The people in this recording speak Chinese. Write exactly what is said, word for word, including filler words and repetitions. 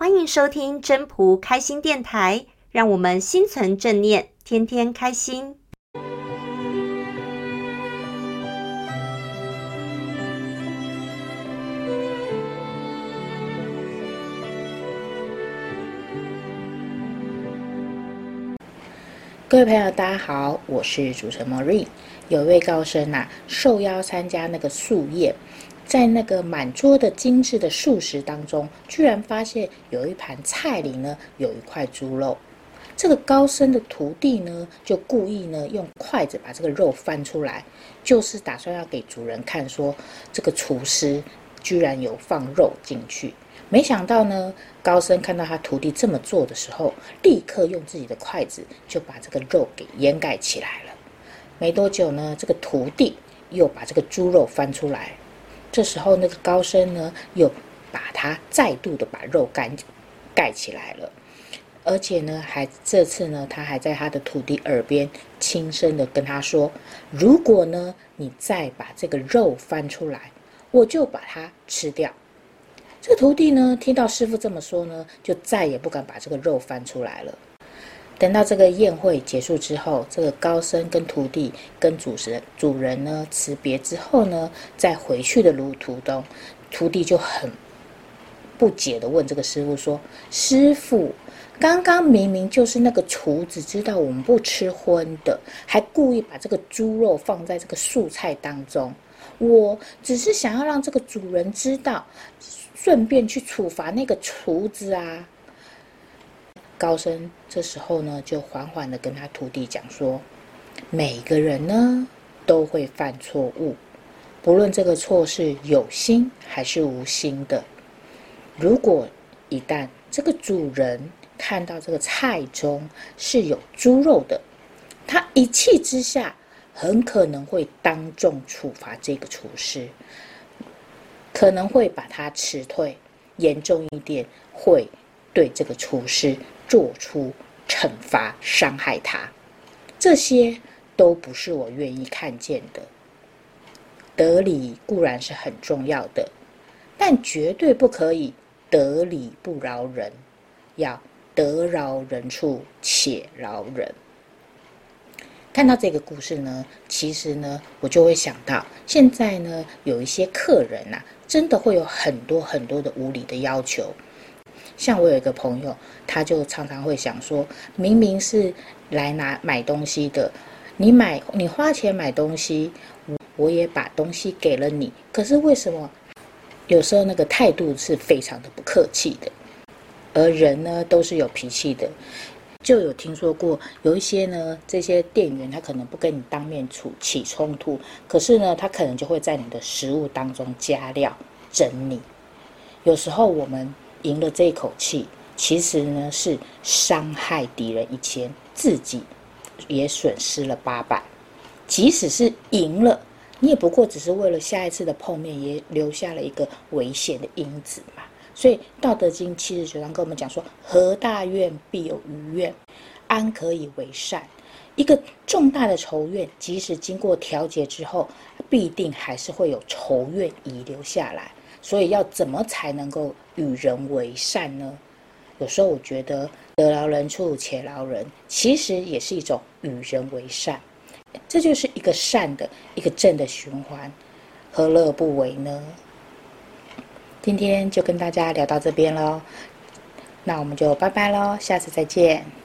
欢迎收听真仆开心电台，让我们心存正念，天天开心。 各位朋友大家好，我是主持人 Marie。 有一位高僧啊，受邀参加那个素宴，在那个满桌的精致的素食当中，居然发现有一盘菜里呢有一块猪肉。这个高僧的徒弟呢，就故意呢用筷子把这个肉翻出来，就是打算要给主人看说，这个厨师居然有放肉进去。没想到呢，高僧看到他徒弟这么做的时候，立刻用自己的筷子就把这个肉给掩盖起来了。没多久呢，这个徒弟又把这个猪肉翻出来，这时候那个高僧呢，又把他再度的把肉盖盖起来了，而且呢，还这次呢，他还在他的徒弟耳边轻声的跟他说：“如果呢，你再把这个肉翻出来，我就把它吃掉。”这个徒弟呢，听到师父这么说呢，就再也不敢把这个肉翻出来了。等到这个宴会结束之后，这个高僧跟徒弟跟主人主人呢辞别之后呢，在回去的路途中，徒弟就很不解的问这个师父说：“师父，刚刚明明就是那个厨子知道我们不吃荤的，还故意把这个猪肉放在这个素菜当中。我只是想要让这个主人知道，顺便去处罚那个厨子啊。”高僧这时候呢，就缓缓的跟他徒弟讲说：“每个人呢都会犯错误，不论这个错是有心还是无心的。如果一旦这个主人看到这个菜中是有猪肉的，他一气之下很可能会当众处罚这个厨师，可能会把他辞退，严重一点会对这个厨师做出惩罚，伤害他。这些都不是我愿意看见的。得理固然是很重要的，但绝对不可以得理不饶人，要得饶人处且饶人。”看到这个故事呢，其实呢，我就会想到，现在呢，有一些客人啊，真的会有很多很多的无理的要求。像我有一个朋友，他就常常会想说，明明是来拿买东西的，你买你花钱买东西，我也把东西给了你，可是为什么有时候那个态度是非常的不客气的？而人呢，都是有脾气的。就有听说过有一些呢，这些店员他可能不跟你当面处起冲突，可是呢，他可能就会在你的食物当中加料整你。有时候我们赢了这一口气，其实呢是伤害敌人一千，自己也损失了八百。即使是赢了，你也不过只是为了下一次的碰面，也留下了一个危险的因子嘛。所以《道德经》七十九章跟我们讲说：“何大怨必有余怨，安可以为善？”一个重大的仇怨，即使经过调节之后，必定还是会有仇怨遗留下来。所以要怎么才能够与人为善呢？有时候我觉得得饶人处且饶人，其实也是一种与人为善，这就是一个善的一个正的循环，何乐而不为呢？今天就跟大家聊到这边咯，那我们就拜拜咯，下次再见。